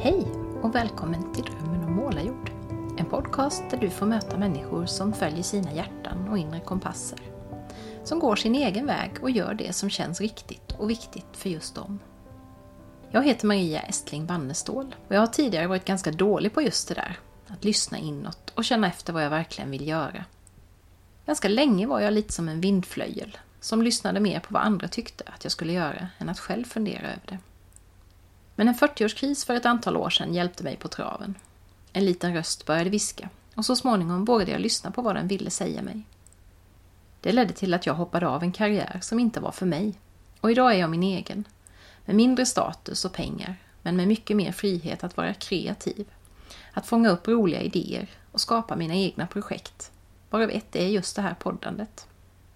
Hej och välkommen till Drömmen om Målarjord. En podcast där du får möta människor som följer sina hjärtan och inre kompasser. Som går sin egen väg och gör det som känns riktigt och viktigt för just dem. Jag heter Maria Estling Bannestål och jag har tidigare varit ganska dålig på just det där. Att lyssna inåt och känna efter vad jag verkligen vill göra. Ganska länge var jag lite som en vindflöjel som lyssnade mer på vad andra tyckte att jag skulle göra än att själv fundera över det. Men en 40-årskris för ett antal år sedan hjälpte mig på traven. En liten röst började viska och så småningom vågade jag lyssna på vad den ville säga mig. Det ledde till att jag hoppade av en karriär som inte var för mig. Och idag är jag min egen. Med mindre status och pengar, men med mycket mer frihet att vara kreativ. Att fånga upp roliga idéer och skapa mina egna projekt. Varav ett är just det här poddandet.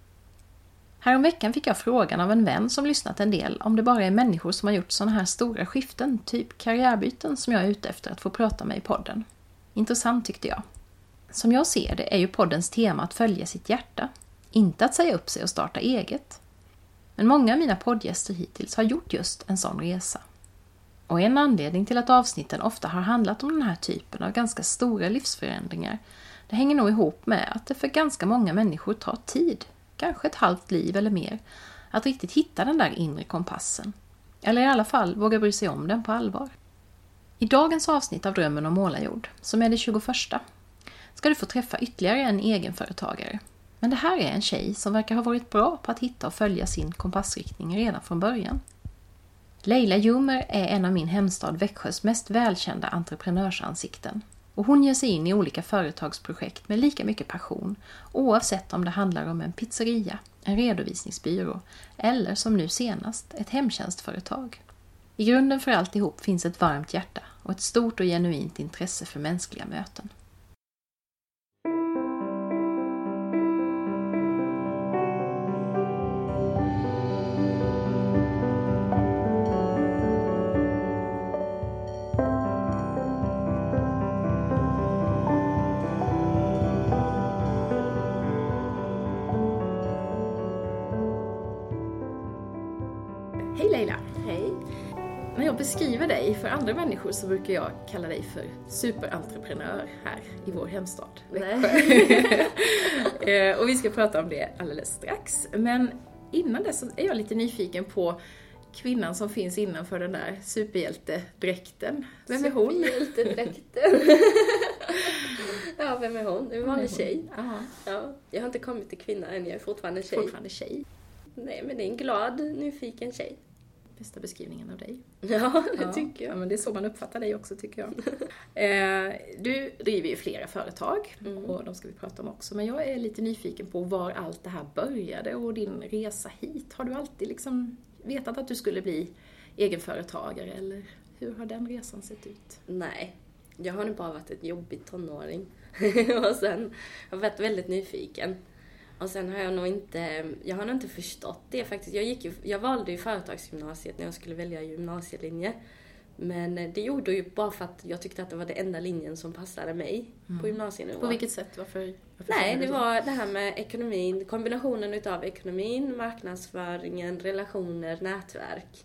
Häromveckan fick jag frågan av en vän som lyssnat en del om det bara är människor som har gjort sådana här stora skiften, typ karriärbyten, som jag är ute efter att få prata med i podden. Intressant tyckte jag. Som jag ser det är ju poddens tema att följa sitt hjärta, inte att säga upp sig och starta eget. Men många av mina poddgäster hittills har gjort just en sån resa. Och en anledning till att avsnitten ofta har handlat om den här typen av ganska stora livsförändringar, det hänger nog ihop med att det för ganska många människor tar tid, kanske ett halvt liv eller mer, att riktigt hitta den där inre kompassen. Eller i alla fall våga bry sig om den på allvar. I dagens avsnitt av Drömmen om Målarjord, som är det 21:a, ska du få träffa ytterligare en egenföretagare. Men det här är en tjej som verkar ha varit bra på att hitta och följa sin kompassriktning redan från början. Leila Jumer är en av min hemstad Växjös mest välkända entreprenörsansikten. Och hon ger sig in i olika företagsprojekt med lika mycket passion, oavsett om det handlar om en pizzeria, en redovisningsbyrå eller som nu senast ett hemtjänstföretag. I grunden för alltihop finns ett varmt hjärta och ett stort och genuint intresse för mänskliga möten. Hej Leila! Hej! När jag beskriver dig för andra människor så brukar jag kalla dig för superentreprenör här i vår hemstad Växjö. Och vi ska prata om det alldeles strax. Men innan dess så är jag lite nyfiken på kvinnan som finns innanför den där superhjältedräkten. Vem är hon? Superhjältedräkten. Ja, vem är hon? En vanlig tjej. Aha. Ja, jag har inte kommit till kvinna än, jag är fortfarande tjej. Fortfarande tjej. Nej, men det är en glad, nyfiken tjej. Bästa beskrivningen av dig. Ja, det tycker jag. Ja, men det är så man uppfattar dig också, tycker jag. Du driver ju flera företag och de ska vi prata om också. Men jag är lite nyfiken på var allt det här började och din resa hit. Har du alltid liksom vetat att du skulle bli egenföretagare eller hur har den resan sett ut? Nej, jag har nog bara varit ett jobbigt tonåring. Och sen har jag varit väldigt nyfiken. Och sen har jag nog inte förstått det faktiskt. Jag valde ju företagsgymnasiet när jag skulle välja gymnasielinje. Men det gjorde ju bara för att jag tyckte att det var det enda linjen som passade mig på gymnasienivå. På vilket sätt? Varför Nej, det var det här med ekonomin, kombinationen utav ekonomin, marknadsföringen, relationer, nätverk.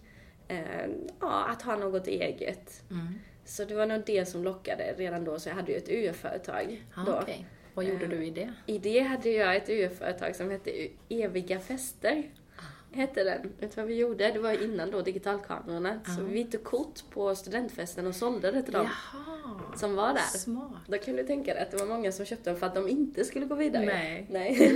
Att ha något eget. Så det var nog det som lockade redan då, så jag hade ju ett UF-företag då. Okay. Vad gjorde du i det? I det hade jag ett UF-företag som hette Eviga Fester. Hette den. Vet du vad vi gjorde? Det var innan då digitalkamerorna. Så vi tog kort på studentfesten och sålde det till dem. Jaha, som var där. Smart. Då kan du tänka dig att det var många som köpte dem för att de inte skulle gå vidare. Nej.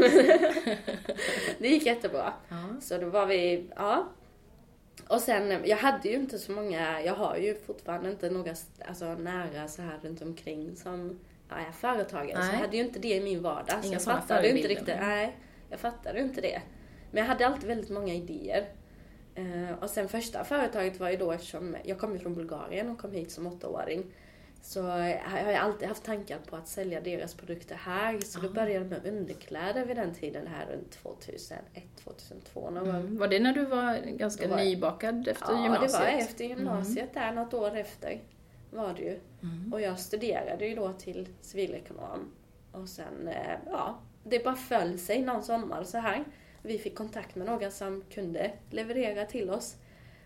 Det gick jättebra. Ja. Så då var vi, Och sen, jag hade ju inte så många, jag har ju fortfarande inte några nära så här runt omkring som är företagare. Så jag hade ju inte det i min vardag. Inga så jag fattade inte riktigt. Nej, jag fattade inte det. Men jag hade alltid väldigt många idéer. Och sen första företaget var ju då, eftersom jag kom från Bulgarien och kom hit som 8-åring. Så har jag alltid haft tankar på att sälja deras produkter här. Så då började jag med underkläder vid den tiden, här runt 2001-2002 någon gång. Var det när du var ganska nybakad efter gymnasiet? Ja, det var efter gymnasiet där, något år efter var det ju. Och jag studerade ju då till civilekonom. Och sen, det bara föll sig någon sommar så här. Vi fick kontakt med några som kunde leverera till oss.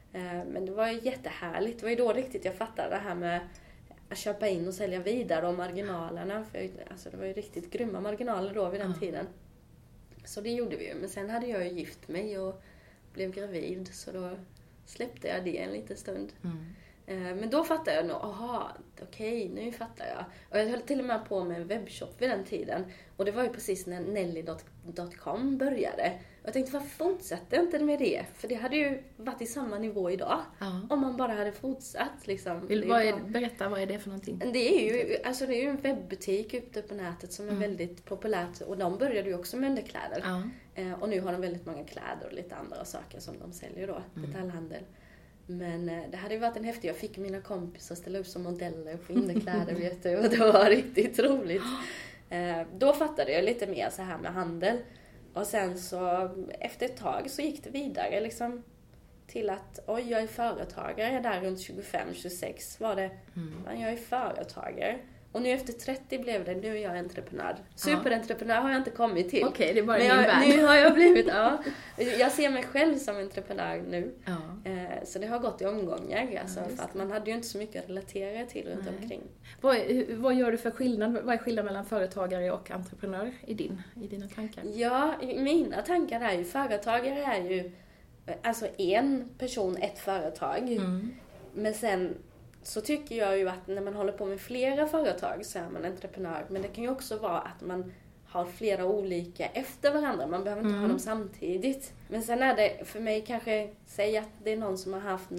Men det var ju jättehärligt. Det var ju då riktigt jag fattade det här med att köpa in och sälja vidare och marginalerna. För alltså, det var ju riktigt grymma marginaler då vid den tiden. Så det gjorde vi ju. Men sen hade jag ju gift mig och blev gravid. Så då släppte jag det en liten stund. Men då fattade jag nog, okej, nu fattar jag. Och jag höll till och med på med en webbshop vid den tiden. Och det var ju precis när Nelly.com började. Och jag tänkte, varför fortsatte jag inte med det? För det hade ju varit i samma nivå idag. Om man bara hade fortsatt. Liksom. Berätta, vad är det för någonting? Det är ju en webbutik ute på nätet som är väldigt populärt. Och de började ju också med underkläder. Och nu har de väldigt många kläder och lite andra saker som de säljer då. Detaljhandel. Men det hade ju varit en häftig. Jag fick mina kompisar ställa upp som modeller på underkläder, vet du. Och det var riktigt roligt. Då fattade jag lite mer så här med handel. Och sen så efter ett tag så gick det vidare liksom till att jag är företagare. Där runt 25-26 var det. Jag är företagare. Och nu efter 30 blev det, nu är jag entreprenör. Superentreprenör har jag inte kommit till. Okej, det är bara din värld. Nu har jag blivit, jag ser mig själv som entreprenör nu. Så det har gått i omgångar. Alltså, för att man hade ju inte så mycket att relatera till runt omkring. Vad gör du för skillnad? Vad är skillnaden mellan företagare och entreprenör i dina tankar? Ja, mina tankar är ju, företagare är ju alltså en person, ett företag. Men sen så tycker jag ju att när man håller på med flera företag så är man entreprenör. Men det kan ju också vara att man har flera olika efter varandra. Man behöver inte ha dem samtidigt. Men sen är det för mig kanske, säg att det är någon som har haft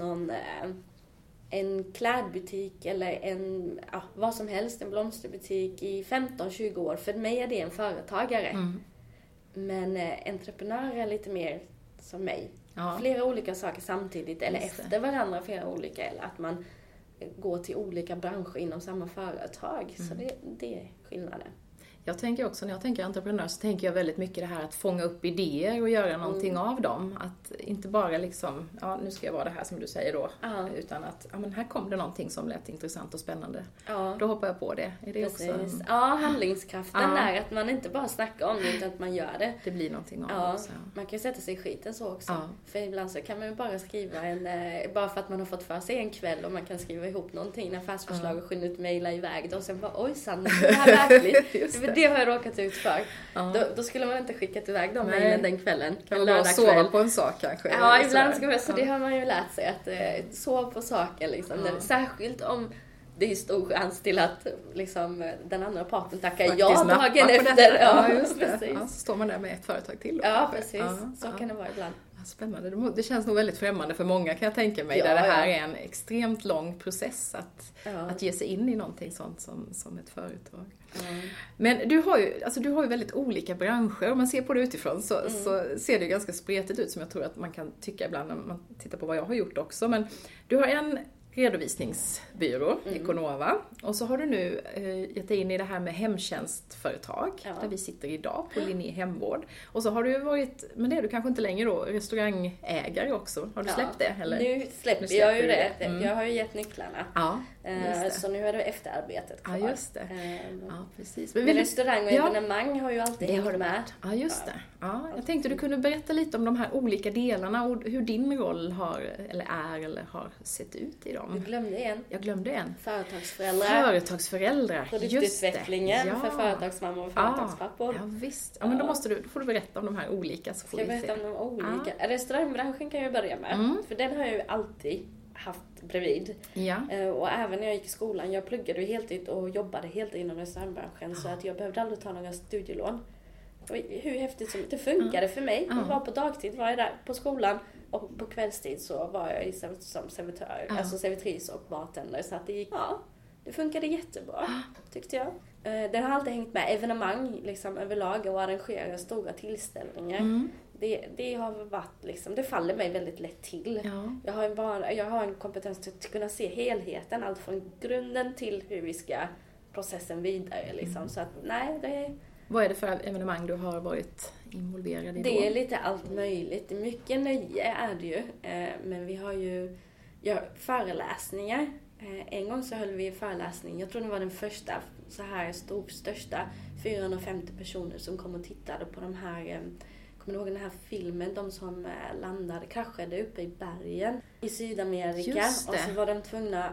en klädbutik eller vad som helst, en blomsterbutik i 15-20 år. För mig är det en företagare. Men entreprenör är lite mer som mig. Flera olika saker samtidigt eller efter varandra flera olika. Eller att man gå till olika branscher inom samma företag. Så det är skillnaden. Jag tänker också, när jag tänker entreprenör så tänker jag väldigt mycket det här att fånga upp idéer och göra någonting av dem. Att inte bara liksom, nu ska jag vara det här som du säger då. Utan att, men här kom det någonting som lät intressant och spännande. Då hoppar jag på det. Är det också handlingskraften där. Att man inte bara snackar om det utan att man gör det. Det blir någonting av det också. Man kan ju sätta sig i skiten så också. För ibland så kan man ju bara skriva bara för att man har fått för sig en kväll och man kan skriva ihop någonting när affärsförslag och skynda ut mejla iväg det och sen bara, oj sann, det här verkligen. Det har jag råkat ut för. Då skulle man inte skickat iväg de mejlen den kvällen. Kan man bara sova på en sak kanske? Ja, ibland ska man, så det har man ju lärt sig att sova på saker liksom. Särskilt om det är stor chans till att liksom, den andra parten tackar ja dagen efter. Ja, just det. Så står man där med ett företag till då. Ja, precis. Så kan det vara ibland. Spännande. Det känns nog väldigt främmande för många kan jag tänka mig. Där det här är en extremt lång process att ge sig in i någonting sånt som ett företag. Men du har ju väldigt olika branscher. Om man ser på det utifrån så ser det ganska spretigt ut som jag tror att man kan tycka ibland när man tittar på vad jag har gjort också. Men du har en redovisningsbyrå, Econova. Och så har du nu gett dig in i det här med hemtjänstföretag, där vi sitter idag på Linné Hemvård. Och så har du varit, men det är du kanske inte längre då, restaurangägare också. Har du släppt det? Eller? Nu släpper jag ju det. Jag har ju gett nycklarna. Så nu är det efterarbetet kvar. Ja, just det. Precis. Men restaurang och evenemang har ju alltid hängt med. Ja, just det. Jag tänkte du kunde berätta lite om de här olika delarna och hur din roll har sett ut i dem. Du glömde en. Jag glömde en. Företagsföräldrar. Produktutvecklingen för företagsmammor och företagspappor. Ja, visst. Ja, men då får du berätta om de här olika. Så får ska jag berätta om de olika? Restaurangbranschen kan jag börja med. För den har jag ju alltid haft bredvid. Och även när jag gick i skolan, jag pluggade ju heltid och jobbade heltid inom restaurangbranschen. Så att jag behövde aldrig ta några studielån. Och hur häftigt som det funkade för mig. Jag var på dagtid, var jag där på skolan. Och på kvällstid så var jag som servitör, alltså servitris och bartender. Så att det funkade jättebra, tyckte jag. Det har alltid hängt med evenemang liksom, överlag och arrangera stora tillställningar. Det har varit liksom, det faller mig väldigt lätt till. Jag har en kompetens att kunna se helheten, allt från grunden till hur vi ska processen vidare. Liksom. Så att Vad är det för evenemang du har varit involverad i då? Det är lite allt möjligt. Mycket nöje är det ju. Men vi har ju föreläsningar. En gång så höll vi en föreläsning. Jag tror det var den första så här största 450 personer som kom och tittade på de här kommer du ihåg den här filmen, de som kraschade uppe i bergen i Sydamerika och så var de tvungna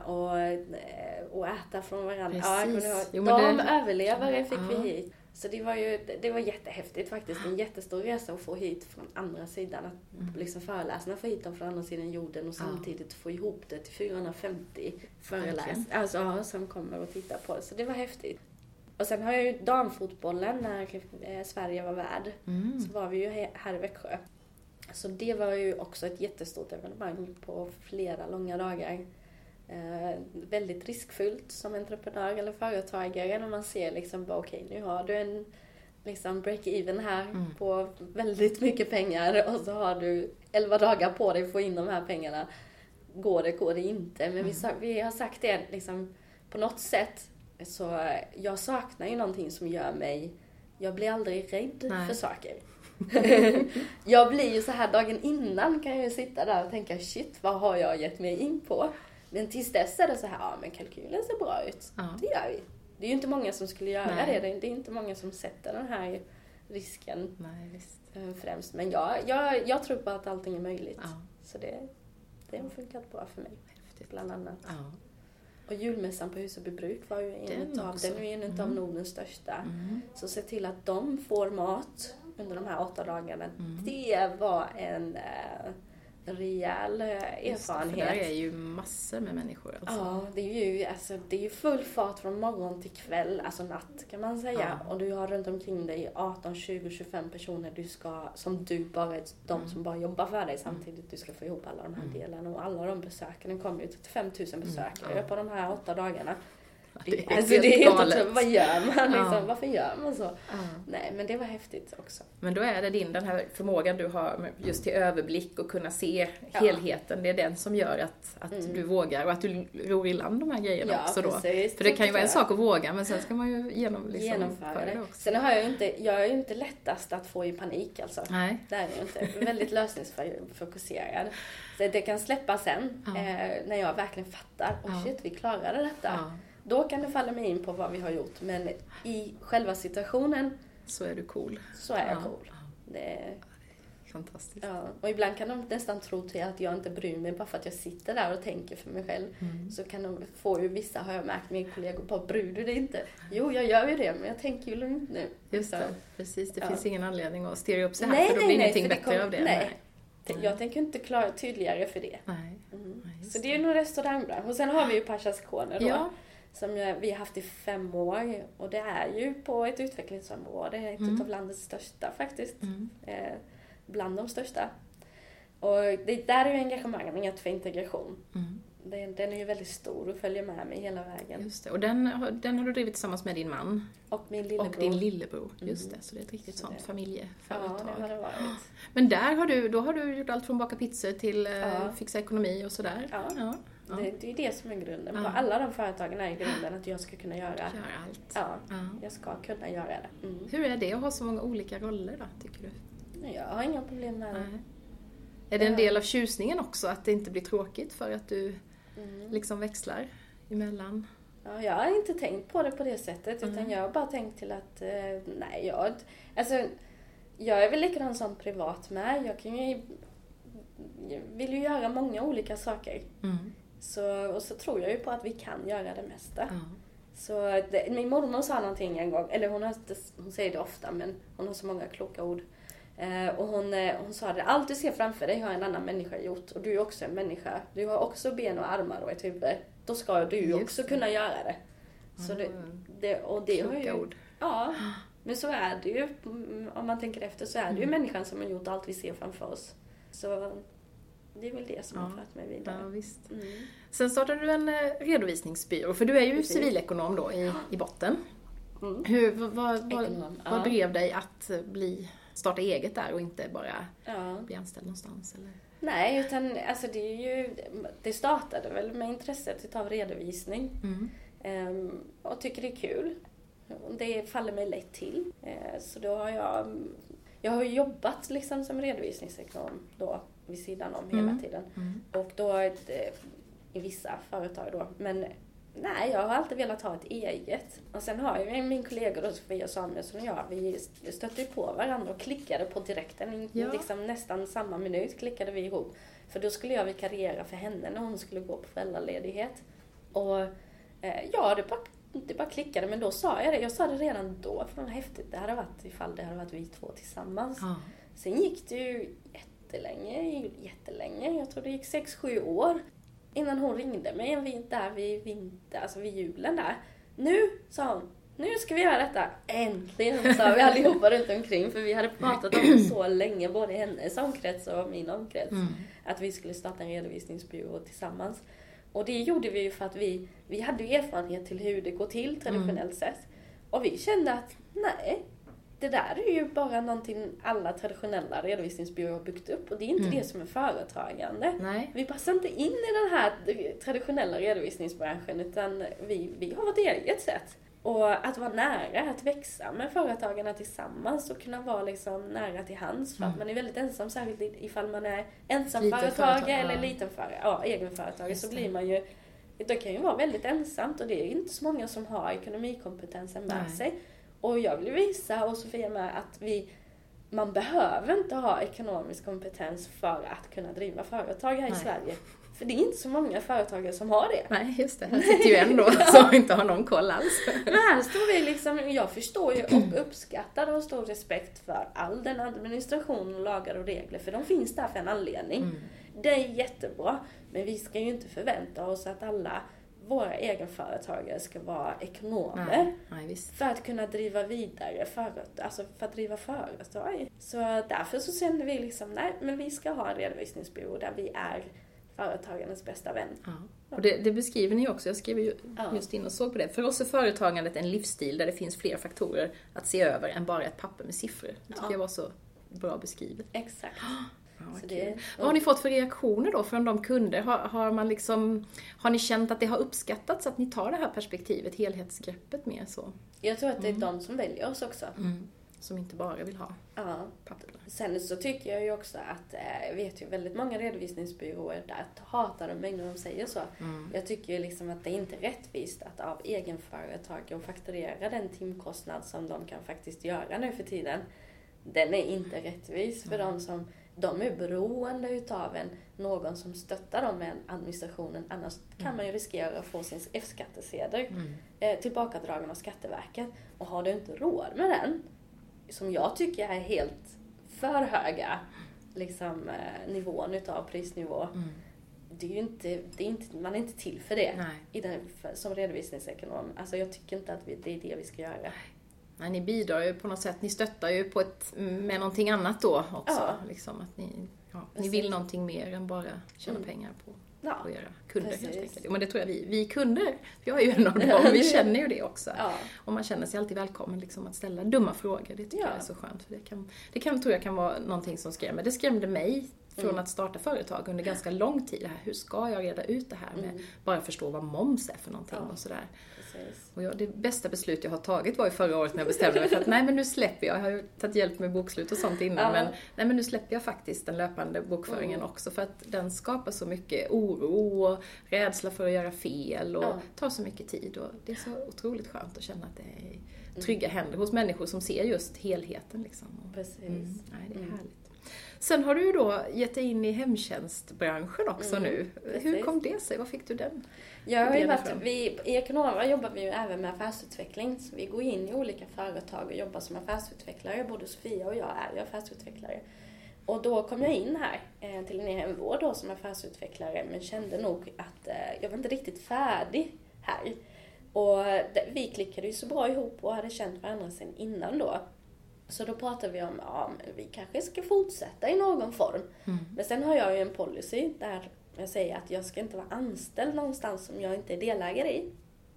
att äta från varandra. Precis. De överlevare fick vi hit. Så det var jättehäftigt faktiskt. En jättestor resa att få hit från andra sidan. Att liksom föreläsarna får hit dem från andra sidan jorden och samtidigt få ihop det till 450 föreläsare som kommer och tittar på det. Så det var häftigt. Och sen har jag ju damfotbollen när Sverige var värd. Så var vi ju här i Växjö. Så det var ju också ett jättestort evenemang på flera långa dagar. Väldigt riskfyllt som entreprenör eller företagare när man ser liksom okej, nu har du en liksom break-even här på väldigt mycket pengar och så har du 11 dagar på dig att få in de här pengarna. Går det inte. Men vi har sagt det liksom på något sätt. Så jag saknar ju någonting som gör mig... Jag blir aldrig rädd för saker. Jag blir ju så här dagen innan kan jag ju sitta där och tänka shit, vad har jag gett mig in på? Men tills dess är det så här, men kalkylen ser bra ut. Det gör vi. Det är ju inte många som skulle göra det. Det är inte många som sätter den här risken främst. Men jag tror på att allting är möjligt. Så det har funkat bra för mig. Häftigt. Bland annat. Och julmässan på Huseby bruk var ju en av Nordens största. Så se till att de får mat under de här 8 dagarna. Det var en rejäl erfarenhet. För det är ju massor med människor. Alltså. Ja, det är ju full fart från morgon till kväll, alltså natt kan man säga. Och du har runt omkring dig 18, 20, 25 personer som bara jobbar för dig samtidigt. Du ska få ihop alla de här delarna och alla de besökarna kommer ju till 35 000 besökare på de här 8 dagarna. Det är helt otroligt. Vad gör man liksom? Varför gör man så? Nej, men det var häftigt också. Men då är det den här förmågan du har just till överblick och kunna se helheten. Det är den som gör att du vågar och att du ror i land de här grejerna också då. Precis, för det kan ju vara en sak att våga, men sen ska man ju genomföra det också. Sen har jag är ju inte lättast att få i panik alltså. Nej. Det är jag inte. Jag är väldigt lösningsfokuserad. Så det kan släppa sen när jag verkligen fattar. Shit, vi klarade detta. Då kan det falla mig in på vad vi har gjort. Men i själva situationen... Så är du cool. Så är jag cool. Det är fantastiskt. Ja. Och ibland kan de nästan tro till att jag inte bryr mig bara för att jag sitter där och tänker för mig själv. Så kan vissa har jag märkt mina kollegor på, bryr du dig inte? Jo, jag gör ju det, men jag tänker ju lugnt nu. Just det, precis. Det finns ingen anledning att styra upp så här, för då blir ingenting bättre av det. Nej. Jag tänker inte klara tydligare för det. Så det är nog restaurangbransch. Och sen har vi ju Pashas Corner då. Som vi har haft i 5 år. Och det är ju på ett utvecklingsområde. Ett av landets största faktiskt. Bland de största. Och där är ju engagemanget för integration. Den är ju väldigt stor och följer med mig hela vägen. Just det. Och den har du drivit tillsammans med din man. Och min lillebror. Och din lillebror. Just det. Så det är ett riktigt sånt familjeföretag. Ja, det har det varit. Men där har du gjort allt från baka pizzor till fixa ekonomi och sådär. Ja. Det är det som är grunden. På alla de företagen är grunden att jag ska kunna göra allt. Ja, jag ska kunna göra det. Hur är det att ha så många olika roller då, tycker du? Jag har inga problem med det. Är det en del av tjusningen också att det inte blir tråkigt för att du liksom växlar emellan? Ja, jag har inte tänkt på det på det sättet utan jag har bara tänkt till att jag är väl likadan som privat med. Jag vill ju göra många olika saker. Och så tror jag ju på att vi kan göra det mesta. Så min mormor sa någonting en gång, eller hon säger det ofta, men hon har så många kloka ord. Och hon sa det, allt du ser framför dig har en annan människa gjort. Och du är också en människa. Du har också ben och armar och ett huvud. Då ska du ju också kunna göra det. Så det har ju... ord. Ja, men så är det ju. Om man tänker efter så är det ju människan som har gjort allt vi ser framför oss. Så det är väl det som har fört mig vidare. Ja, visst. Sen startade du en redovisningsbyrå. För du är ju civilekonom då i botten. Vad drev dig att starta eget där och inte bara bli anställd någonstans? Eller? Nej, utan alltså det startade väl med intresset av redovisning. Och tycker det är kul. Det faller mig lätt till. Så då har jag har jobbat liksom som redovisningsekonom då vid sidan om hela tiden. Och då i vissa företag då. Men Nej, jag har alltid velat ha ett eget. Och sen har jag min kollega då, Sofia Samuelsson och jag, vi stötte på varandra och klickade på direkten. Ja. Liksom nästan samma minut klickade vi ihop. För då skulle jag vikariera för henne när hon skulle gå på föräldraledighet. Och det bara klickade, men då sa jag det. Jag sa det redan då, för det var häftigt. Det hade varit ifall det hade varit vi två tillsammans. Ja. Sen gick det ju jättelänge. Jag tror det gick 6-7 år innan hon ringde mig vid julen där. Nu, sa hon, nu ska vi göra detta. Äntligen, sa vi allihopa runt omkring. För vi hade pratat om det så länge, både hennes omkrets och min omkrets. Att vi skulle starta en redovisningsbyrå tillsammans. Och det gjorde vi ju för att vi hade ju erfarenhet till hur det går till traditionellt sett. Och vi kände att nej, det där är ju bara någonting alla traditionella redovisningsbyråer har byggt upp. Och det är inte det som är företagande. Nej. Vi passar inte in i den här traditionella redovisningsbranschen, utan vi har vårt eget sätt. Och att vara nära, att växa med företagarna tillsammans och kunna vara liksom nära till hands. För att man är väldigt ensam, särskilt ifall man är ensamföretagare eller egenföretagare, så blir man ju, det kan ju vara väldigt ensamt, och det är inte så många som har ekonomikompetensen med sig. Och jag vill visa, och Sofia med, att man behöver inte ha ekonomisk kompetens för att kunna driva företag här i Sverige. För det är inte så många företagare som har det. Nej, just det. Här sitter ju ändå som inte har någon koll alls. Men här står vi liksom, jag förstår ju och uppskattar och har stor respekt för all den administration och lagar och regler. För de finns där för en anledning. Det är jättebra. Men vi ska ju inte förvänta oss att alla våra egenföretagare ska vara ekonomer. Nej, visst. För att kunna driva vidare för att driva företag. Så därför så kände vi liksom, nej, men vi ska ha en redovisningsbyrå där vi är företagarnas bästa vän. Ja. Och det beskriver ni också. Jag skrev ju just in och såg på det. För oss är företagandet en livsstil där det finns fler faktorer att se över än bara ett papper med siffror. Det tycker jag var så bra beskrivet. Exakt. Vad har ni fått för reaktioner då från de kunder? Har ni känt att det har uppskattats att ni tar det här perspektivet, helhetsgreppet mer så? Jag tror att det är de som väljer oss också. Som inte bara vill ha papper. Sen så tycker jag ju också att, jag vet ju väldigt många redovisningsbyråer där hatar de mig när de säger så. Jag tycker ju liksom att det är inte rättvist att av egenföretagen fakturera den timkostnad som de kan faktiskt göra nu för tiden. Den är inte rättvis för de är beroende utav någon som stöttar dem med administrationen. Annars kan man ju riskera att få sin F-skattesedel tillbakadragen av Skatteverket. Och har du inte råd med den, som jag tycker är helt för höga liksom, nivån utav prisnivå. Det är ju inte, man är inte till för det som redovisningsekonom. Alltså jag tycker inte att det är det vi ska göra. Nej, ni bidrar ju på något sätt, ni stöttar ju med någonting annat då också. Ja. Liksom att ni vill någonting mer än bara tjäna pengar på era kunder helt enkelt. Men det tror jag vi kunder, jag är ju en av dem, vi känner ju det också. Ja. Och man känner sig alltid välkommen liksom, att ställa dumma frågor, det tycker jag är så skönt. För det tror jag kan vara någonting som skrämmer. Det skrämde mig från att starta företag under ganska lång tid. Hur ska jag reda ut det här med bara förstå vad moms är för någonting och sådär. Och det bästa beslut jag har tagit var ju förra året när jag bestämde mig för att nej, men nu släpper jag har ju tagit hjälp med bokslut och sånt innan, men nu släpper jag faktiskt den löpande bokföringen också, för att den skapar så mycket oro och rädsla för att göra fel och tar så mycket tid, och det är så otroligt skönt att känna att det är trygga händer hos människor som ser just helheten liksom. Precis. Nej, det är härligt. Sen har du ju då gett dig in i hemtjänstbranschen också nu. Precis. Hur kom det sig? Vad fick du den? I Econova jobbar vi ju även med affärsutveckling. Så vi går in i olika företag och jobbar som affärsutvecklare. Både Sofia och jag är ju affärsutvecklare. Och då kom jag in här till Linnea Hemvård då som affärsutvecklare. Men kände nog att jag var inte riktigt färdig här. Och vi klickade ju så bra ihop och hade känt varandra sedan innan då. Så då pratade vi om vi kanske ska fortsätta i någon form. Men sen har jag ju en policy där jag säger att jag ska inte vara anställd någonstans som jag inte är delägare i.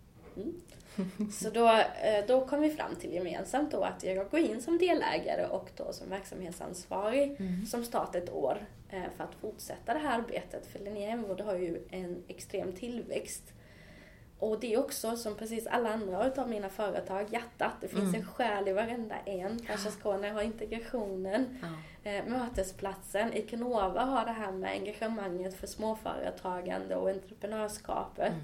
Så då kom vi fram till gemensamt då att jag går in som delägare och då som verksamhetsansvarig som start ett år för att fortsätta det här arbetet. För Linnea Hemvård har ju en extrem tillväxt. Och det är också som precis alla andra utav mina företag, hjärtat. Det finns en själ i varenda en. Kanske Skåne har integrationen, mötesplatsen. Econova har det här med engagemanget för småföretagande och entreprenörskapet.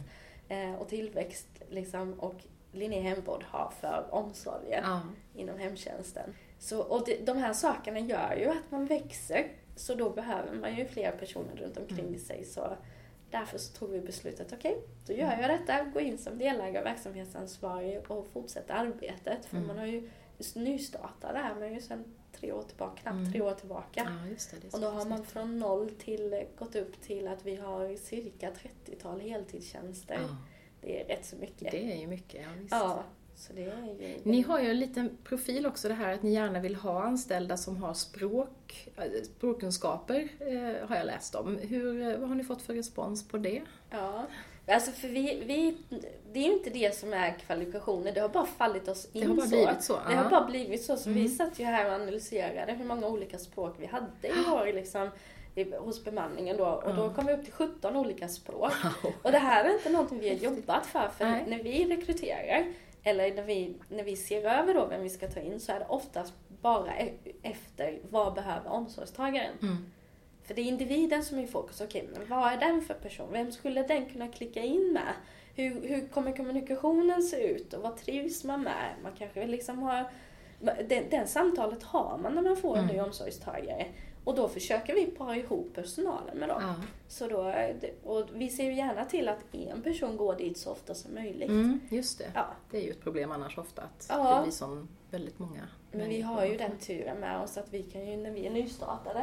och tillväxt liksom, och Linnea Hemvård har för omsorgen inom hemtjänsten. Så, och de här sakerna gör ju att man växer, så då behöver man ju fler personer runt omkring sig. Så därför så tog vi beslutet, okej, då gör jag detta, gå in som delägare och verksamhetsansvarig och fortsätta arbetet. För man har ju just nystartat det här med ju sedan 3 år tillbaka, knappt 3 år tillbaka. Ja, just det, och då har man från 0 till gått upp till att vi har cirka 30-tal heltidstjänster. Ja. Det är rätt så mycket. Det är ju mycket, ja visst. Ja, så det är ju... Ni har ju en liten profil också, det här att ni gärna vill ha anställda som har språkkunskaper, har jag läst om. Vad har ni fått för respons på det? Ja, alltså för det är ju inte det som är kvalifikationer, det har bara fallit oss in. Det har bara blivit så. Det har bara blivit så. Så vi satt ju här och analyserade hur många olika språk vi hade i år liksom, hos bemanningen då. Och då kom vi upp till 17 olika språk. Och det här är inte någonting vi har jobbat för när vi rekryterar, eller när vi ser över då vem vi ska ta in, så är det oftast bara efter vad behöver omsorgstagaren. För det är individen som är i fokus. Okej, men vad är den för person? Vem skulle den kunna klicka in med? Hur kommer kommunikationen se ut? Och vad trivs man med? Man kanske vill liksom ha... Den samtalet har man när man får en ny omsorgstagare. Och då försöker vi para ihop personalen med dem. Ja. Så då, och vi ser ju gärna till att en person går dit så ofta som möjligt. Just det. Ja. Det är ju ett problem annars ofta att det blir som väldigt många. Men vi har ju den turen med oss att vi kan ju, när vi är nystartade,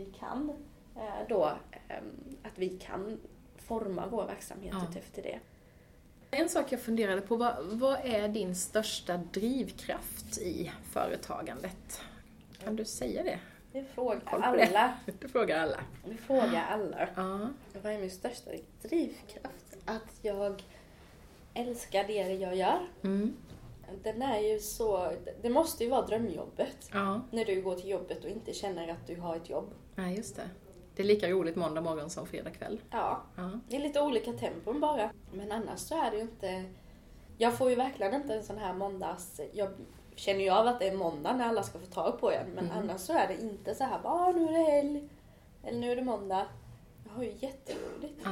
att vi kan forma vår verksamhet efter det. En sak jag funderade på, vad är din största drivkraft i företagandet? Kan du säga det? Vi frågar alla. Du frågar alla. Vi frågar alla. Vad är min största drivkraft? Att jag älskar det jag gör. Den är ju så... Det måste ju vara drömjobbet. När du går till jobbet och inte känner att du har ett jobb. Ja, just det. Det är lika roligt måndag morgon som fredag kväll. Ja. Det är lite olika tempon bara. Men annars så är det ju inte... Jag får ju verkligen inte en sån här måndags... Jag känner ju av att det är måndag när alla ska få tag på en. Men annars så är det inte så här, nu är det helg. Eller nu är det måndag. Jag har ju jätteroligt.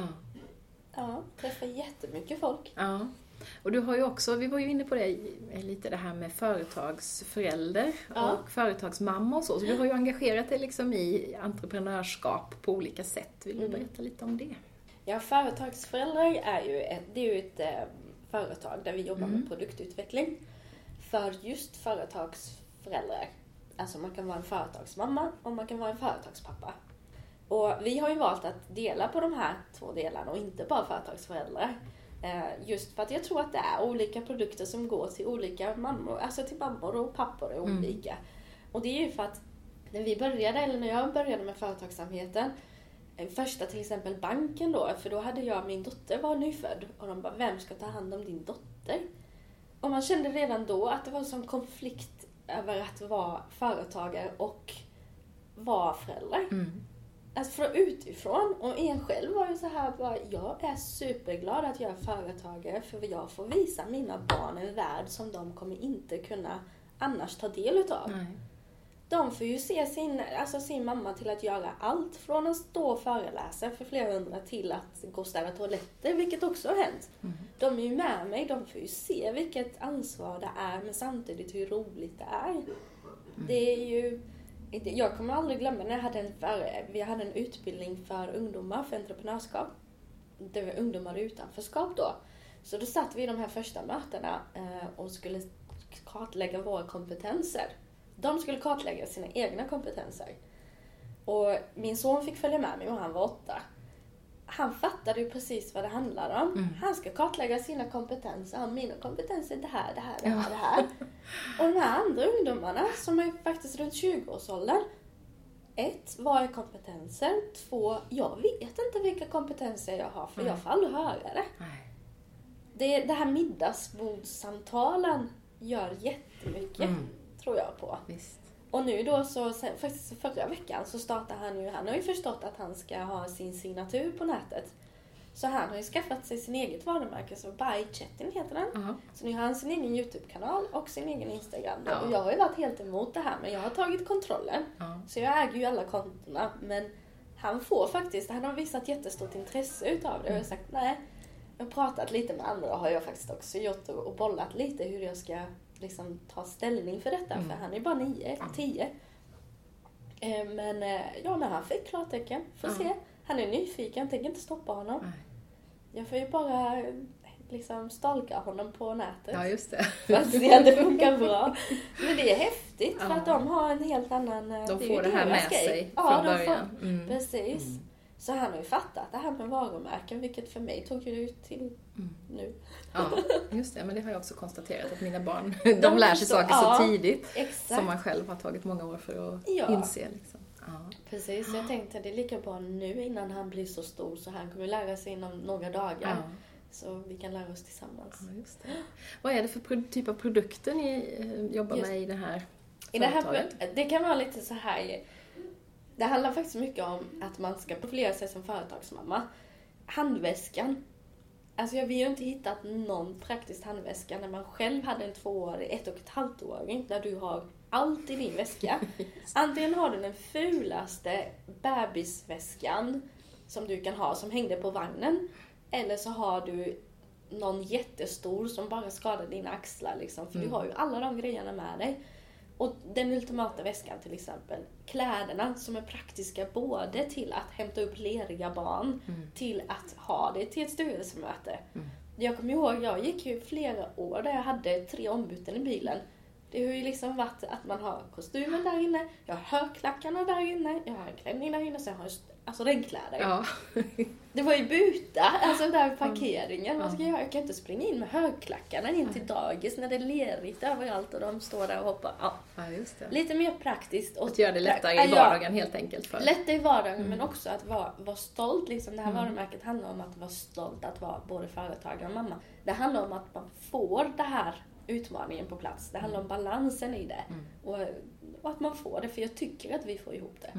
Ja, träffar jättemycket folk. Ja. Och du har ju också, vi var ju inne på det lite, det här med företagsförälder och företagsmamma och så. Så du har ju engagerat dig liksom i entreprenörskap på olika sätt. Vill du berätta lite om det? Ja, företagsföräldrar är ju ett företag där vi jobbar med produktutveckling för just företagsföräldrar. Alltså man kan vara en företagsmamma och man kan vara en företagspappa. Och vi har ju valt att dela på de här 2 delarna och inte bara företagsföräldrar. Just för att jag tror att det är olika produkter som går till olika mammor. Alltså till mammor och pappor är olika. Och det är ju för att när jag började med företagsamheten, första till exempel banken då, för då hade min dotter var nyfödd och de bara, vem ska ta hand om din dotter? Och man kände redan då att det var en sån konflikt över att vara företagare och vara förälder. Alltså från utifrån, och en själv var ju så här, jag är superglad att jag är företagare för jag får visa mina barn en värld som de kommer inte kunna annars ta del utav. Nej. De får ju se sin mamma till att göra allt från att stå och föreläsa för flera hundra till att gå och städa toaletter, vilket också har hänt. De är ju med mig, de får ju se vilket ansvar det är, men samtidigt hur roligt det är. Det är ju... Jag kommer aldrig glömma när vi hade en utbildning för ungdomar för entreprenörskap. Det var ungdomar utanförskap då. Så då satt vi i de här första mötena och skulle kartlägga våra kompetenser. De skulle kartlägga sina egna kompetenser. Och min son fick följa med mig och han var 8. Han fattade ju precis vad det handlade om. Han ska kartlägga sina kompetenser. Mina kompetenser är det här. Och de här andra ungdomarna som är faktiskt runt 20-årsåldern. 1. Vad är kompetenser? 2. Jag vet inte vilka kompetenser jag har för jag får aldrig höra det. Det här middagsbordssamtalen gör jättemycket, tror jag på. Visst. Och nu då faktiskt förra veckan så startar han har ju förstått att han ska ha sin signatur på nätet. Så han har ju skaffat sig sin eget varumärke, så ByChatting heter den. Så nu har han sin egen YouTube-kanal och sin egen Instagram. Och jag har ju varit helt emot det här, men jag har tagit kontrollen. Så jag äger ju alla kontona, men han har visat jättestort intresse utav det. Och jag har sagt nej. Jag har pratat lite med andra, har jag faktiskt också gjort, och bollat lite hur jag ska liksom ta ställning för detta. För han är bara 10. Men han fick klartecken. Får se. Han är nyfiken, tänker inte stoppa honom. Jag får ju bara liksom stalka honom på nätet. Ja, just det. För att se att det funkar bra. Men det är häftigt för att de har en helt annan... De får det här med sig från början. Precis. Så han har ju fattat det här med varumärken, vilket för mig tog ju ut till nu. Ja, just det. Men det har jag också konstaterat, att mina barn, de lär sig saker så tidigt. Exakt. Som man själv har tagit många år för att inse. Liksom. Precis, jag tänkte att det är lika bra nu innan han blir så stor, så han kommer lära sig inom några dagar. Så vi kan lära oss tillsammans. Ja, just det. Vad är det för typ av produkter ni jobbar med i det här företaget? Det kan vara lite så här. Det handlar faktiskt mycket om att man ska profilera sig som företagsmamma. Handväskan. Alltså vi har ju inte hittat någon praktisk handväska när man själv hade en 1,5-åring där du har allt i din väska. Antingen har du den fulaste bebisväskan som du kan ha, som hängde på vagnen. Eller så har du någon jättestor som bara skadar dina axlar. Liksom, för du har ju alla de grejerna med dig. Och den ultimata väskan till exempel. Kläderna som är praktiska både till att hämta upp leriga barn. Till att ha det till ett styrelsemöte. Jag kommer ihåg, jag gick ju flera år där jag hade 3 ombyten i bilen. Det har ju liksom varit att man har kostymen där inne. Jag har högklackarna där inne. Jag har en klänning där inne. Så jag har regnkläder. Ja. Det var ju buta, alltså där vid parkeringen. Vad ska jag göra? Jag kan inte springa in med högklackarna in till dagis när det är lerigt överallt och de står där och hoppar. Ja, just det. Lite mer praktiskt. Att göra det lättare i vardagen helt enkelt. Lättare i vardagen, men också att vara stolt. Liksom. Det här varumärket handlar om att vara stolt, att vara både företagare och mamma. Det handlar om att man får det här utmaningen på plats. Det handlar om balansen i det. Och att man får det, för jag tycker att vi får ihop det.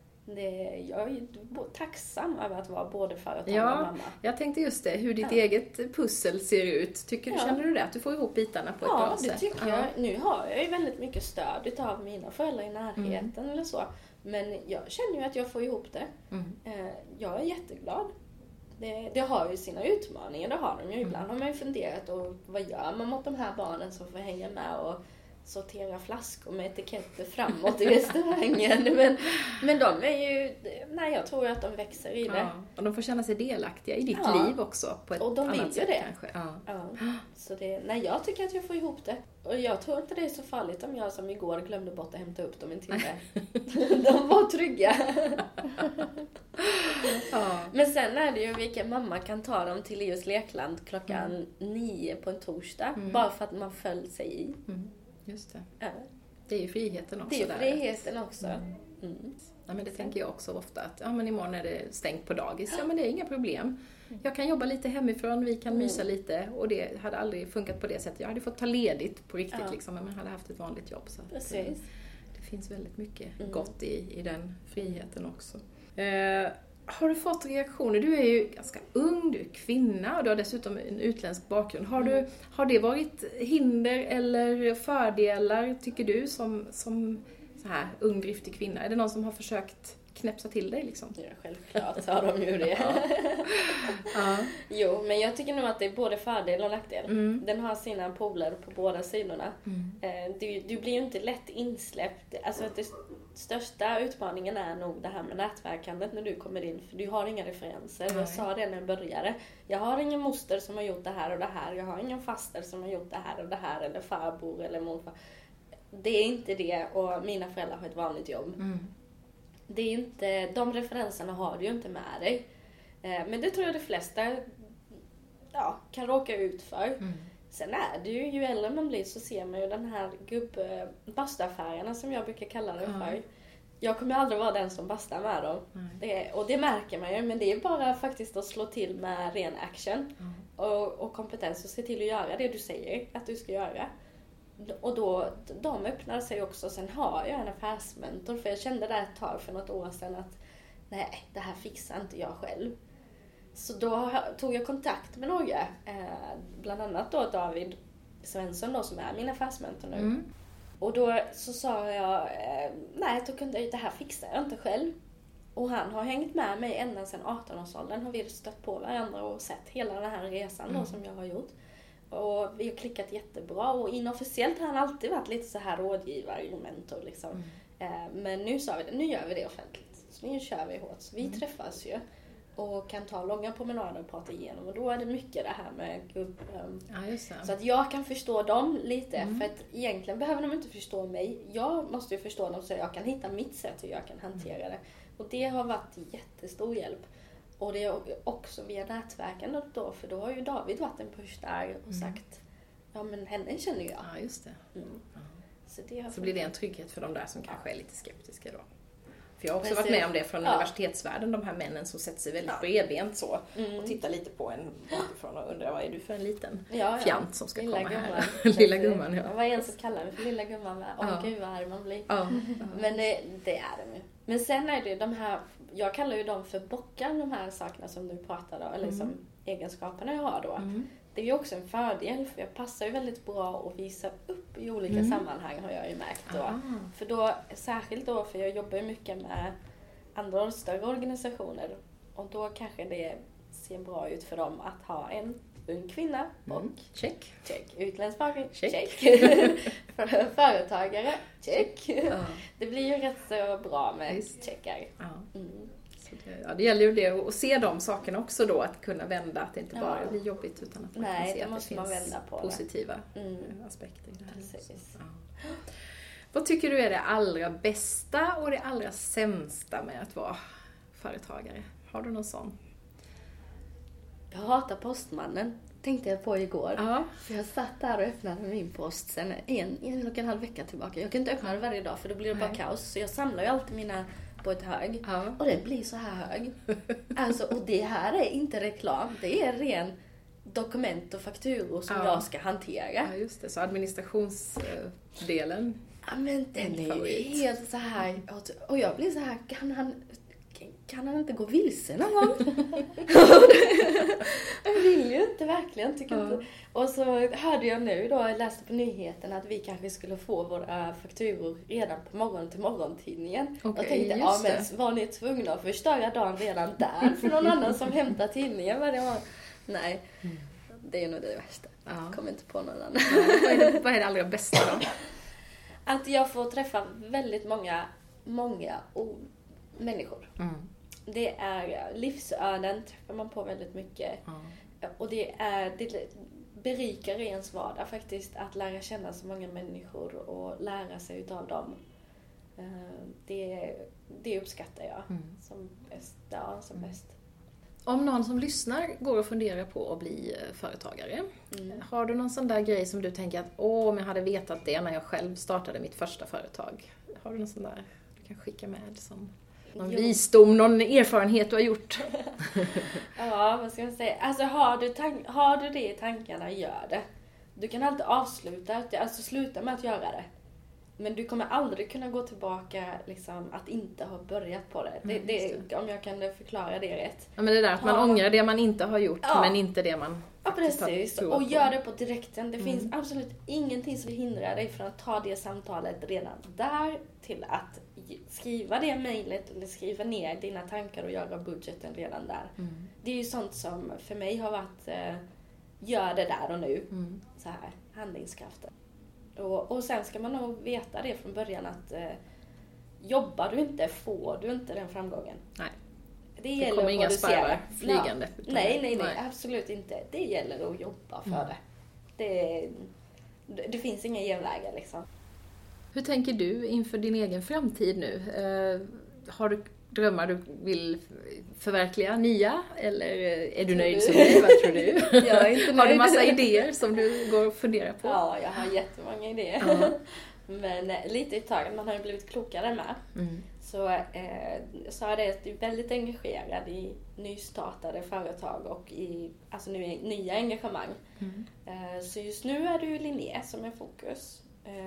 Jag är tacksam över att vara både företagare och mamma. Jag tänkte just det, hur ditt eget pussel ser ut. Känner du det? Att du får ihop bitarna på ett bra sätt? Ja, det tycker jag. Nu har jag ju väldigt mycket stöd av mina föräldrar i närheten eller så. Men jag känner ju att jag får ihop det. Jag är jätteglad. Det har ju sina utmaningar, det har de ju. Ibland har man ju funderat, och vad gör man mot de här barnen som får hänga med och sortera flaskor med etiketter framåt i restaurangen. Men de är ju... Nej, jag tror att de växer i det. Ja, och de får känna sig delaktiga i ditt liv också på ett annat sätt kanske. Ja. Så jag tycker att jag får ihop det. Och jag tror inte det är så farligt om jag som igår glömde bort att hämta upp dem en timme. De var trygga. Men sen är det ju vilken mamma kan ta dem till Leos lekland klockan 9 på en torsdag. Bara för att man föll sig i. Just det. Ja. Det är ju friheten också. Det är friheten också. Ja, men det tänker jag också ofta. Att men imorgon är det stängt på dagis. Ja, men det är inga problem. Jag kan jobba lite hemifrån. Vi kan mysa lite. Och det hade aldrig funkat på det sättet. Jag hade fått ta ledigt på riktigt. Liksom, men man hade haft ett vanligt jobb. Så att, det finns väldigt mycket gott i den friheten också. Har du fått reaktioner? Du är ju ganska ung, du är kvinna och du har dessutom en utländsk bakgrund. Har det varit hinder eller fördelar, tycker du, som så här ung, driftig kvinna? Är det någon som har försökt knäpsa till dig liksom? Ja, självklart har de ju det. Jo, men jag tycker nog att det är både fördel och nackdel. Den har sina poler på båda sidorna. Du blir ju inte lätt insläppt. Alltså det största utmaningen är nog det här med nätverkandet när du kommer in. För du har inga referenser. Jag sa det när jag började. Jag har ingen moster som har gjort det här och det här. Jag har ingen faster som har gjort det här och det här. Eller farbror eller morfar. Det är inte det, och mina föräldrar har ett vanligt jobb. Det är inte, de referenserna har du ju inte med dig. Men det tror jag de flesta kan råka ut för. Sen är det ju äldre man blir så ser man ju den här bastaffärerna som jag brukar kalla det för. Jag kommer aldrig vara den som bastar med dem. Och det märker man ju, men det är bara faktiskt att slå till med ren action. Och kompetens och se till att göra det du säger att du ska göra. Och då, de öppnar sig också. Sen har jag en affärsmentor. För jag kände där ett tag för något år sedan att nej, det här fixar inte jag själv. Så då tog jag kontakt med några. Bland annat då David Svensson då, som är min affärsmentor nu. Och då så sa jag, nej, det här fixar jag inte själv. Och han har hängt med mig ända sedan 18-årsåldern. Har vi stött på varandra och sett hela den här resan då som jag har gjort. Och vi har klickat jättebra. Och inofficiellt har han alltid varit lite så här rådgivare, mentor liksom. Men nu sa vi det, nu gör vi det offentligt. Så nu kör vi hårt. Så vi träffas ju. Och kan ta långa promenader och prata igenom. Och då är det mycket det här med grupp. Så att jag kan förstå dem lite. För att egentligen behöver de inte förstå mig. Jag måste ju förstå dem så jag kan hitta mitt sätt hur jag kan hantera det. Och det har varit jättestor hjälp. Och det är också via nätverken då. För då har ju David varit en push där och sagt, ja men henne känner jag. Ja, just det. Så blir det en trygghet för de där som kanske är lite skeptiska då. För jag har också varit med om det från universitetsvärlden, de här männen som sätter sig väldigt bredbent så och tittar lite på en bakifrån och undrar vad är du för en liten fjant som ska komma här. Lilla gumman, ja. Det var en som kallade mig för lilla gumman med. Gud vad arg man blir. Men det är det nu. Men sen är det de här, jag kallar ju dem för bockar, de här sakerna som du pratade om, eller som egenskaperna jag har då. Det är ju också en fördel, för jag passar ju väldigt bra att visa upp i olika sammanhang har jag ju märkt då. För då, särskilt då, för jag jobbar ju mycket med andra större organisationer. Och då kanske det ser bra ut för dem att ha en ung kvinna och check. Utländsk bakgrund, check. Företagare, check. Det blir ju rätt så bra med checkar. Det gäller ju det att se de sakerna också då, att kunna vända, att det inte bara blir jobbigt utan att man kan se att det finns positiva aspekter i det här. Precis. Vad tycker du är det allra bästa och det allra sämsta med att vara företagare? Har du någon sån? Jag hatar postmannen, tänkte jag på igår. För jag satt där och öppnade min post sen en och en halv vecka tillbaka. Jag kan inte öppna det varje dag för då blir det bara kaos. Så jag samlar ju alltid mina på ett hög. Och den blir så här hög. Alltså, och det här är inte reklam. Det är ren dokument och fakturor som jag ska hantera. Ja, just det. Så administrationsdelen. Ja, men den är ju helt så här. Och jag blir så här, kan han inte gå vilse någon gång? Jag vill ju inte, verkligen. Inte. Och så hörde jag nu då, jag läste på nyheten att vi kanske skulle få våra fakturor redan på morgonen till morgontidningen. Jag tänkte, men var ni tvungna att förstöra dagen redan där för någon annan som hämtar tidningen? Nej, det är nog det värsta. Jag kommer inte på någon annan. Vad är det allra bästa då? Att jag får träffa väldigt många människor. Det är livsöden, träffar man på väldigt mycket. Och det berikar ens vardag faktiskt, att lära känna så många människor och lära sig utav dem. Det uppskattar jag som bäst. Ja, som bäst. Om någon som lyssnar går och funderar på att bli företagare, har du någon sån där grej som du tänker att om jag hade vetat det när jag själv startade mitt första företag? Har du någon sån där du kan skicka med som någon visdom, någon erfarenhet du har gjort? Ja, vad ska man säga? Alltså har du det i tankarna, gör det. Du kan alltid sluta med att göra det. Men du kommer aldrig kunna gå tillbaka liksom, att inte ha börjat på det. Om jag kan förklara det rätt. Ja, men det där att man ångrar det man inte har gjort, men inte det man faktiskt precis. Och gör det på direkten. Det finns absolut ingenting som hindrar dig från att ta det samtalet redan där till att skriva det mejlet eller skriva ner dina tankar och göra budgeten redan där. Det är ju sånt som för mig har varit gör det där och nu. Så här, handlingskraften. Och sen ska man nog veta det från början att jobbar du inte, får du inte den framgången. Nej. Det kommer inga spärrar flygande. Nej, absolut inte. Det gäller att jobba för det. Det finns inga genvägar liksom. Hur tänker du inför din egen framtid nu? Har du drömmar du vill förverkliga nya? Eller är du nöjd som dig? Vad tror du? Jag är inte nöjd. Har du massa idéer som du går och funderar på? Ja, jag har jättemånga idéer. Men lite i taget, man har ju blivit klokare med. Så är det väldigt engagerad i nystartade företag och i nya engagemang. Så just nu är det ju Linné som är fokus.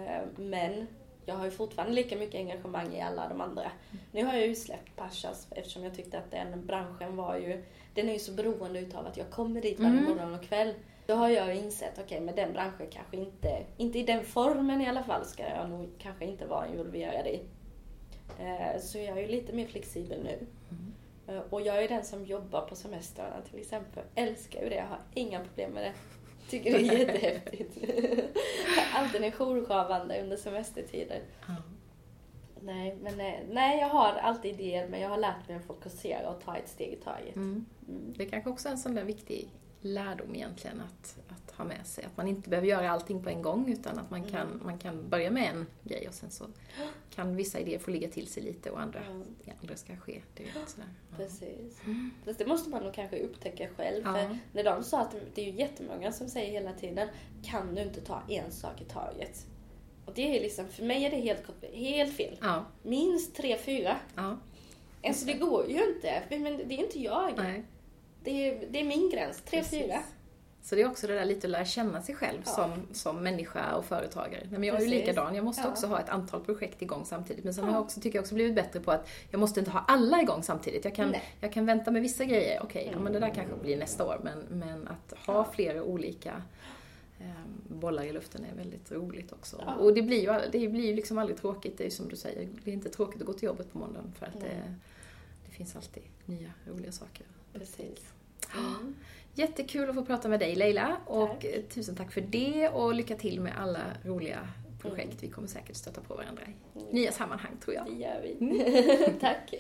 Men jag har ju fortfarande lika mycket engagemang i alla de andra. Nu har jag ju släppt Pashas eftersom jag tyckte att den branschen den är ju så beroende utav att jag kommer dit varje morgon och kväll. Då har jag insett, men den branschen kanske inte i den formen i alla fall ska jag nog kanske inte vara involverad i. Så jag är ju lite mer flexibel nu. Och jag är den som jobbar på semestrarna till exempel. Älskar ju det, jag har inga problem med det. Tycker det är jättehäftigt. Alltid en jourhavande under semestertider. Nej, jag har alltid idéer, men jag har lärt mig att fokusera och ta ett steg i taget. Det är kanske också en sån där viktig lärdom egentligen att ha med sig. Att man inte behöver göra allting på en gång, utan att man kan börja med en grej och sen så kan vissa idéer få ligga till sig lite och andra ska ske direkt. Sådär. Precis. Fast det måste man nog kanske upptäcka själv. För när de sa att det är ju jättemånga som säger hela tiden, kan du inte ta en sak i taget? Och det är liksom, för mig är det helt fel. Ja. Minst 3-4. Ja. Alltså det går ju inte. Men det är inte jag. Nej. Det är min gräns. 3-4. Så det är också det där lite att lära känna sig själv som människa och företagare. Men jag är ju likadan. Jag måste också ha ett antal projekt igång samtidigt. Men sen har jag också, tycker jag också blivit bättre på att jag måste inte ha alla igång samtidigt. Jag kan vänta med vissa grejer. Okej, men det där kanske blir nästa år. Men att ha flera olika bollar i luften är väldigt roligt också. Ja. Och det blir ju liksom aldrig tråkigt. Det är ju som du säger, det är inte tråkigt att gå till jobbet på måndagen för att det finns alltid nya roliga saker. Precis. Jättekul att få prata med dig, Leila. Och tusen tack för det och lycka till med alla roliga projekt. Vi kommer säkert stöta på varandra i nya sammanhang, tror jag. Det gör vi. Tack.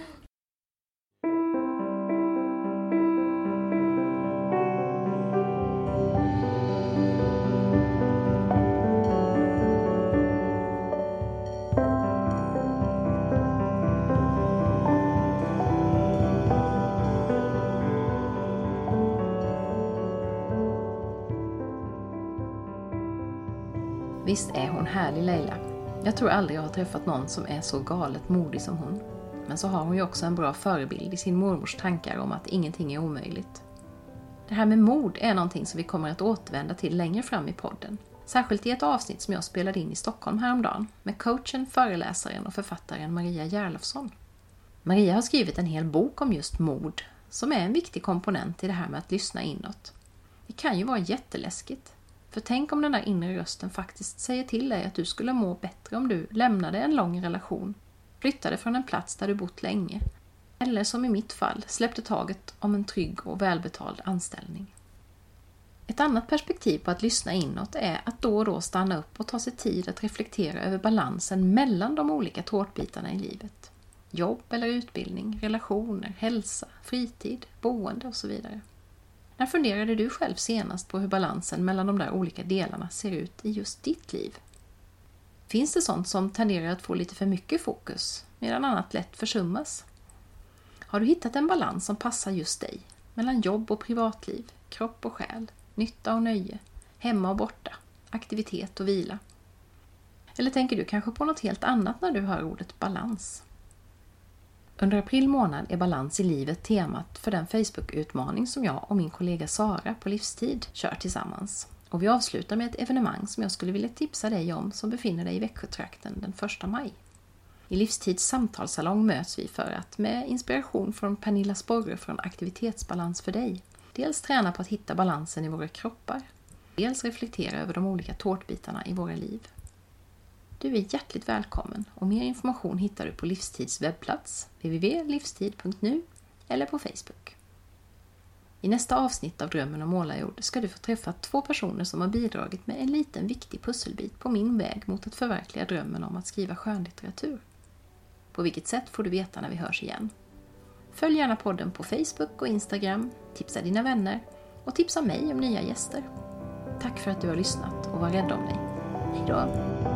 Visst är hon härlig, Leila. Jag tror aldrig jag har träffat någon som är så galet modig som hon. Men så har hon ju också en bra förebild i sin mormors tankar om att ingenting är omöjligt. Det här med mod är någonting som vi kommer att återvända till längre fram i podden. Särskilt i ett avsnitt som jag spelade in i Stockholm häromdagen med coachen, föreläsaren och författaren Maria Järlofsson. Maria har skrivit en hel bok om just mod, som är en viktig komponent i det här med att lyssna inåt. Det kan ju vara jätteläskigt. För tänk om den där inre rösten faktiskt säger till dig att du skulle må bättre om du lämnade en lång relation, flyttade från en plats där du bott länge, eller som i mitt fall släppte taget om en trygg och välbetald anställning. Ett annat perspektiv på att lyssna inåt är att då och då stanna upp och ta sig tid att reflektera över balansen mellan de olika tårtbitarna i livet. Jobb eller utbildning, relationer, hälsa, fritid, boende och så vidare. När funderade du själv senast på hur balansen mellan de där olika delarna ser ut i just ditt liv? Finns det sånt som tenderar att få lite för mycket fokus, medan annat lätt försummas? Har du hittat en balans som passar just dig, mellan jobb och privatliv, kropp och själ, nytta och nöje, hemma och borta, aktivitet och vila? Eller tänker du kanske på något helt annat när du hör ordet balans? Under april månad är balans i livet temat för den Facebook-utmaning som jag och min kollega Sara på Livstid kör tillsammans. Och vi avslutar med ett evenemang som jag skulle vilja tipsa dig om som befinner dig i Växjötrakten den 1 maj. I Livstids samtalssalong möts vi för att med inspiration från Pernilla Sporre från Aktivitetsbalans för dig dels träna på att hitta balansen i våra kroppar, dels reflektera över de olika tårtbitarna i våra liv. Du är hjärtligt välkommen och mer information hittar du på Livstids webbplats www.livstid.nu eller på Facebook. I nästa avsnitt av Drömmen om målarjord ska du få träffa 2 personer som har bidragit med en liten viktig pusselbit på min väg mot att förverkliga drömmen om att skriva skönlitteratur. På vilket sätt får du veta när vi hörs igen. Följ gärna podden på Facebook och Instagram, tipsa dina vänner och tipsa mig om nya gäster. Tack för att du har lyssnat och var rädd om dig. Hej då!